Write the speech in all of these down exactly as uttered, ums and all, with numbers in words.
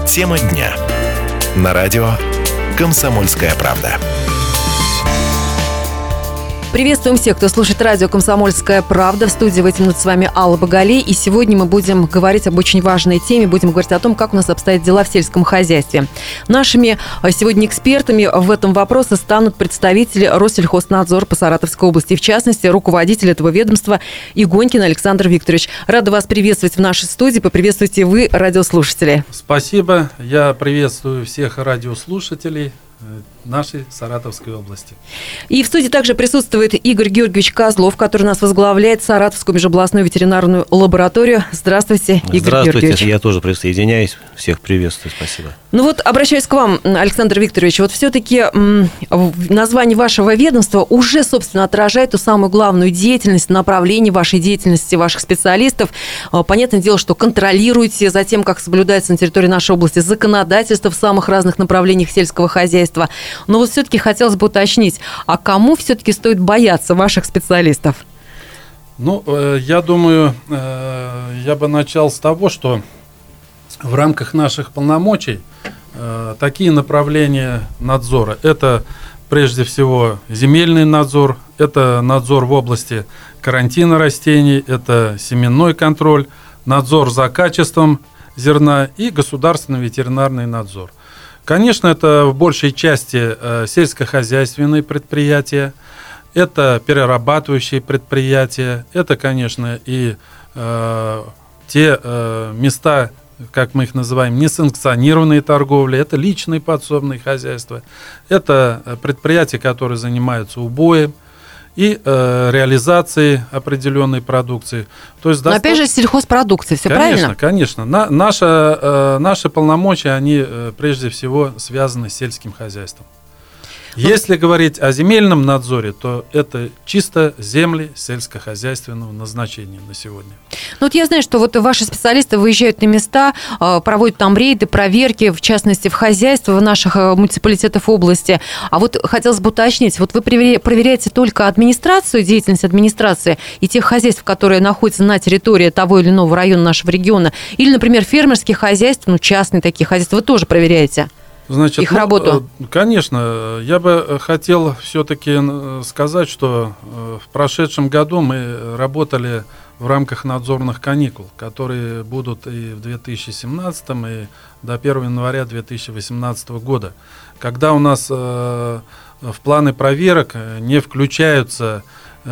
Тема дня. На радио «Комсомольская правда». Приветствуем всех, кто слушает радио «Комсомольская правда». В студии в эти минуты с вами Алла Багалей. И сегодня мы будем говорить об очень важной теме. Будем говорить о том, как у нас обстоят дела в сельском хозяйстве. Нашими сегодня экспертами в этом вопросе станут представители Россельхознадзора по Саратовской области. В частности, руководитель этого ведомства Игонькин Александр Викторович. Рада вас приветствовать в нашей студии. Поприветствуйте вы, радиослушатели. Спасибо. Я приветствую всех радиослушателей нашей Саратовской области. И в студии также присутствует Игорь Георгиевич Козлов, который нас возглавляет Саратовскую межобластную ветеринарную лабораторию. Здравствуйте, Игорь Здравствуйте, Георгиевич. Я тоже присоединяюсь. Всех приветствую, спасибо. Ну вот, обращаюсь к вам, Александр Викторович. Вот все-таки м, название вашего ведомства уже, собственно, отражает ту самую главную деятельность, направление вашей деятельности, ваших специалистов. Понятное дело, что контролируете за тем, как соблюдается на территории нашей области законодательство в самых разных направлениях сельского хозяйства. Но вот все-таки хотелось бы уточнить, а кому все-таки стоит бояться ваших специалистов? Ну, э, я думаю, э, я бы начал с того, что в рамках наших полномочий э, такие направления надзора. Это прежде всего земельный надзор, это надзор в области карантина растений, это семенной контроль, надзор за качеством зерна и государственный ветеринарный надзор. Конечно, это в большей части э, сельскохозяйственные предприятия, это перерабатывающие предприятия, это, конечно, и э, те э, места, как мы их называем, несанкционированные торговли, это личные подсобные хозяйства, это предприятия, которые занимаются убоем и э, реализацией определенной продукции. То есть, Но опять же, сельхозпродукция, все конечно, правильно? Конечно, конечно. На, наши, э, наши полномочия, они э, прежде всего связаны с сельским хозяйством. Если говорить о земельном надзоре, то это чисто земли сельскохозяйственного назначения на сегодня. Ну вот я знаю, что вот ваши специалисты выезжают на места, проводят там рейды, проверки, в частности, в хозяйстве наших муниципалитетов области. А вот хотелось бы уточнить, вот вы проверяете только администрацию, деятельность администрации и тех хозяйств, которые находятся на территории того или иного района нашего региона, или, например, фермерские хозяйства, ну, частные такие хозяйства, вы тоже проверяете? Значит, их ну, работу? Конечно, я бы хотел все-таки сказать, что в прошедшем году мы работали в рамках надзорных каникул, которые будут и в две тысячи семнадцатом, и до первого января две тысячи восемнадцатого года, когда у нас в планы проверок не включаются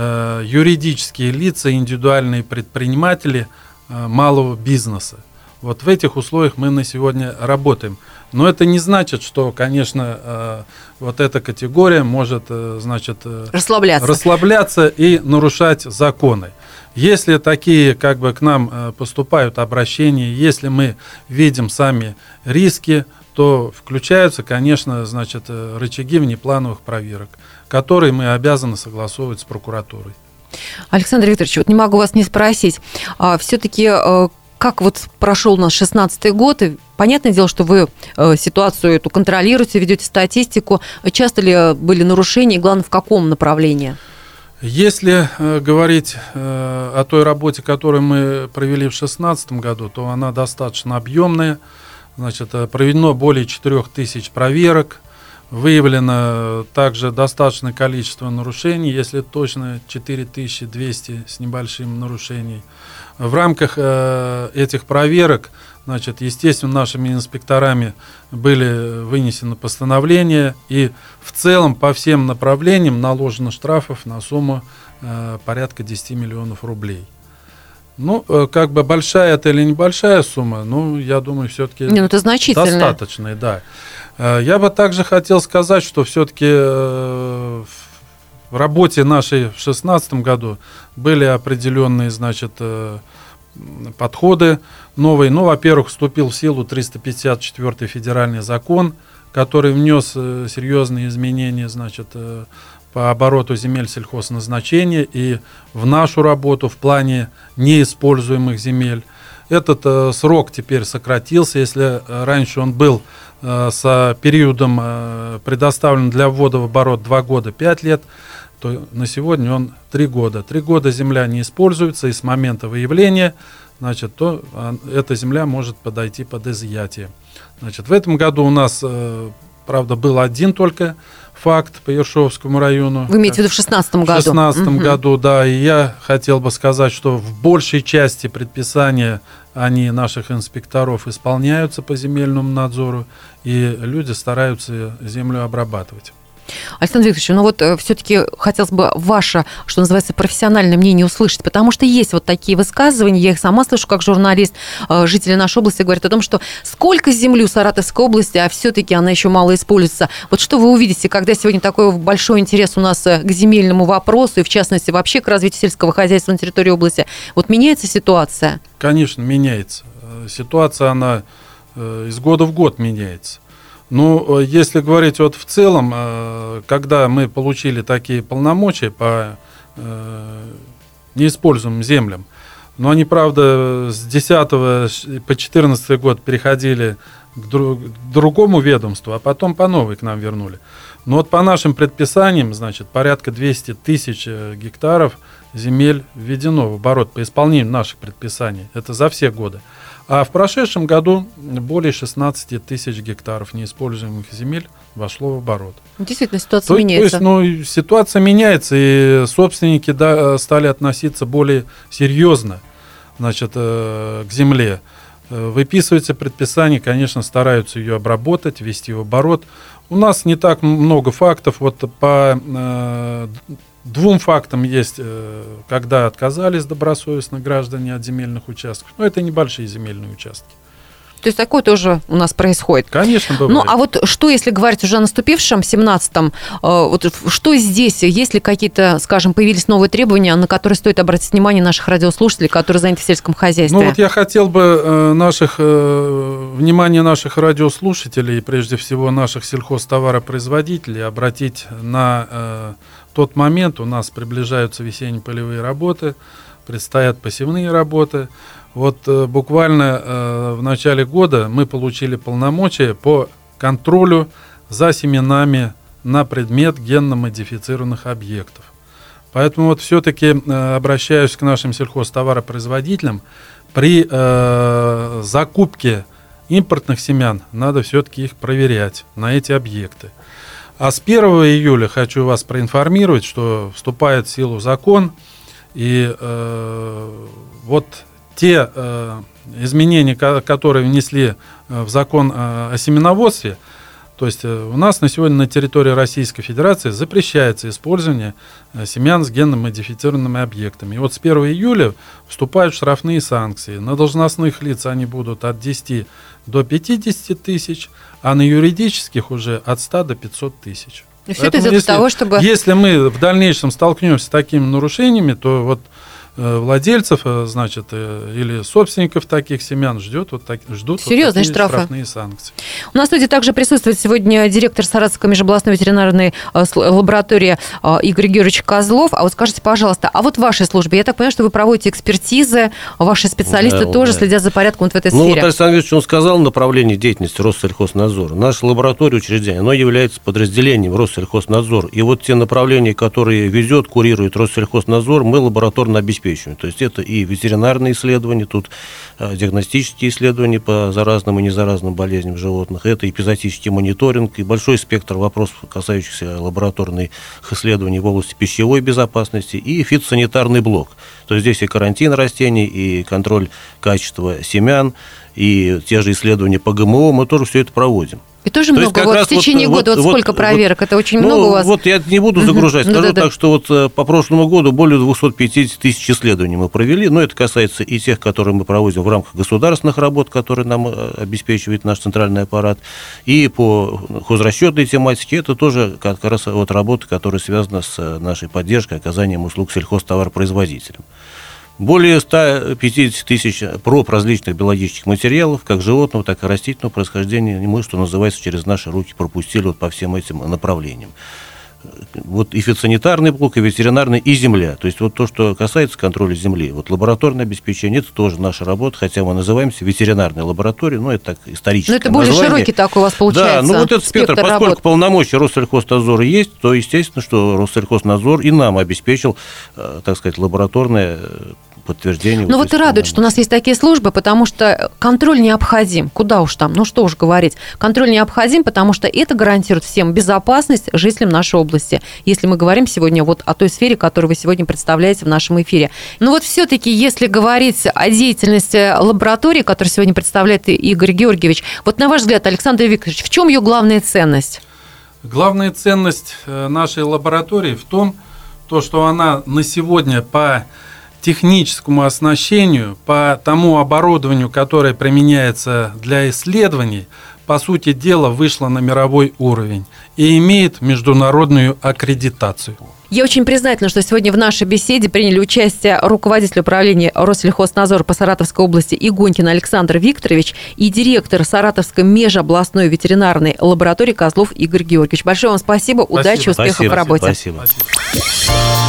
юридические лица, индивидуальные предприниматели малого бизнеса. Вот в этих условиях мы на сегодня работаем. Но это не значит, что, конечно, э, вот эта категория может, э, значит, э, расслабляться. расслабляться и нарушать законы. Если такие, как бы, к нам э, поступают обращения, если мы видим сами риски, то включаются, конечно, значит, э, рычаги внеплановых проверок, которые мы обязаны согласовывать с прокуратурой. Александр Викторович, вот не могу вас не спросить, а все-таки э, как вот прошел у нас шестнадцатый год, и понятное дело, что вы э, ситуацию эту контролируете, ведете статистику. Часто ли были нарушения, и главное, в каком направлении? Если э, говорить э, о той работе, которую мы провели в две тысячи шестнадцатом году, то она достаточно объемная. Значит, проведено более четырех тысяч проверок, выявлено также достаточное количество нарушений, если точно четыре тысячи двести с небольшим нарушений. В рамках э, этих проверок, значит, естественно, нашими инспекторами были вынесены постановления, и в целом по всем направлениям наложено штрафов на сумму э, порядка десять миллионов рублей. Ну, э, как бы большая это или небольшая сумма, ну, я думаю, все-таки Не, ну, это значительно. достаточная, да. Э, я бы также хотел сказать, что все-таки э, в работе нашей в две тысячи шестнадцатом году были определенные, значит, э, подходы новые. Ну, во-первых, вступил в силу триста пятьдесят четвёртый федеральный закон, который внес э, серьезные изменения, значит, э, по обороту земель сельхозназначения и в нашу работу в плане неиспользуемых земель. Этот э, срок теперь сократился. Если э, раньше он был э, с периодом э, предоставлен для ввода в оборот два года пять лет, то на сегодня он три года. Три года земля не используется, и с момента выявления, значит, то эта земля может подойти под изъятие. Значит, в этом году у нас, правда, был один только факт по Ершовскому району. Вы имеете в виду в шестнадцатом году? В шестнадцатом угу. году, да. И я хотел бы сказать, что в большей части предписания они, наших инспекторов, исполняются по земельному надзору, и люди стараются землю обрабатывать. Александр Викторович, ну вот э, все-таки хотелось бы ваше, что называется, профессиональное мнение услышать, потому что есть вот такие высказывания, я их сама слышу как журналист, э, жители нашей области говорят о том, что сколько земли у Саратовской области, а все-таки она еще мало используется. Вот что вы увидите, когда сегодня такой большой интерес у нас к земельному вопросу и, в частности, вообще к развитию сельского хозяйства на территории области? Вот меняется ситуация? Конечно, меняется. Ситуация, она э, из года в год меняется. Ну, если говорить вот в целом, когда мы получили такие полномочия по неиспользуемым землям, но они, правда, с десятого по четырнадцатый год переходили к, друг, к другому ведомству, а потом по новой к нам вернули. Но вот по нашим предписаниям, значит, порядка двести тысяч гектаров земель введено в оборот по исполнению наших предписаний. Это за все годы. А в прошедшем году более шестнадцать тысяч гектаров неиспользуемых земель вошло в оборот. Действительно, ситуация то, меняется. То есть, ну, ситуация меняется, и собственники, да, стали относиться более серьезно, значит, э, к земле. Выписывается предписание, конечно, стараются ее обработать, ввести в оборот. У нас не так много фактов. Вот по э, двум фактам есть, э, когда отказались добросовестно граждане от земельных участков. Но это небольшие земельные участки. То есть такое тоже у нас происходит. Конечно, бывает. Ну, а вот что, если говорить уже о наступившем семнадцатом, вот что здесь, есть ли какие-то, скажем, появились новые требования, на которые стоит обратить внимание наших радиослушателей, которые заняты в сельском хозяйстве? Ну, вот я хотел бы наших, внимание наших радиослушателей, прежде всего наших сельхозтоваропроизводителей, обратить на тот момент, у нас приближаются весенне-полевые работы, предстоят посевные работы. Вот э, буквально э, в начале года мы получили полномочия по контролю за семенами на предмет генно-модифицированных объектов. Поэтому вот все-таки э, обращаюсь к нашим сельхозтоваропроизводителям. При э, закупке импортных семян надо все-таки их проверять на эти объекты. А с первого июля хочу вас проинформировать, что вступает в силу закон, и э, вот те э, изменения, которые внесли э, в закон э, о семеноводстве, то есть э, у нас на сегодня на территории Российской Федерации запрещается использование э, семян с генно-модифицированными объектами. И вот с первого июля вступают штрафные санкции. На должностных лиц они будут от десяти до пятидесяти тысяч, а на юридических уже от ста до пятисот тысяч. И все это из-за того, чтобы... Если мы в дальнейшем столкнемся с такими нарушениями, то вот владельцев, значит, или собственников таких семян ждет вот так, ждут серьезные вот штрафы, штрафные санкции. У нас в студии также присутствует сегодня директор Саратовской межобластной ветеринарной лаборатории Игорь Георгиевич Козлов. А вот скажите, пожалуйста, а вот в вашей службе, я так понимаю, что вы проводите экспертизы, ваши специалисты да, тоже да. следят за порядком вот в этой ну, сфере? Ну, вот Александр Ильич, он сказал направление деятельности Россельхознадзора. Наша лаборатория учреждения, оно является подразделением Россельхознадзора. И вот те направления, которые ведет, курирует Россельхознадзор, мы лабораторно обеспечиваем. То есть это и ветеринарные исследования, тут э, диагностические исследования по заразным и незаразным болезням животных, это эпизоотический мониторинг и большой спектр вопросов, касающихся лабораторных исследований в области пищевой безопасности и фитосанитарный блок. То есть здесь и карантин растений, и контроль качества семян, и те же исследования по ГМО, мы тоже все это проводим. И тоже То много. Вот в течение вот, года вот, вот сколько вот, проверок? Это очень ну, много у вас? Вот я не буду загружать. Uh-huh. Скажу да, да, так, да. что вот по прошлому году более двухсот пятидесяти тысяч исследований мы провели. Но это касается и тех, которые мы проводим в рамках государственных работ, которые нам обеспечивает наш центральный аппарат. И по хозрасчетной тематике это тоже как раз вот работа, которая связана с нашей поддержкой, оказанием услуг сельхозтоваропроизводителям. Более ста пятидесяти тысяч проб различных биологических материалов, как животного, так и растительного происхождения, мы, что называется, через наши руки пропустили вот по всем этим направлениям. вот и фитосанитарный блок, и ветеринарный, и земля. То есть вот то, что касается контроля земли. Вот лабораторное обеспечение, это тоже наша работа, хотя мы называемся ветеринарной лабораторией, но это так историческое название. Но это более широкий такой у вас получается. Да, ну вот этот спектр, спектр поскольку работ. полномочия Россельхознадзора есть, то естественно, что Россельхознадзор и нам обеспечил, так сказать, лабораторное подтверждение. Ну вот и радует, что у нас есть такие службы, потому что контроль необходим. Куда уж там, ну что уж говорить. Контроль необходим, потому что это гарантирует всем безопасность жителям нашей области. Если мы говорим сегодня вот о той сфере, которую вы сегодня представляете в нашем эфире. Ну вот все-таки, если говорить о деятельности лаборатории, которую сегодня представляет Игорь Георгиевич, вот на ваш взгляд, Александр Викторович, в чем ее главная ценность? Главная ценность нашей лаборатории в том, то, что она на сегодня по техническому оснащению, по тому оборудованию, которое применяется для исследований, по сути дела, вышла на мировой уровень и имеет международную аккредитацию. Я очень признательна, что сегодня в нашей беседе приняли участие руководитель управления Россельхознадзора по Саратовской области Игонькин Александр Викторович и директор Саратовской межобластной ветеринарной лаборатории Козлов Игорь Георгиевич. Большое вам спасибо, спасибо. Удачи, успехов спасибо, в работе. Спасибо. Спасибо.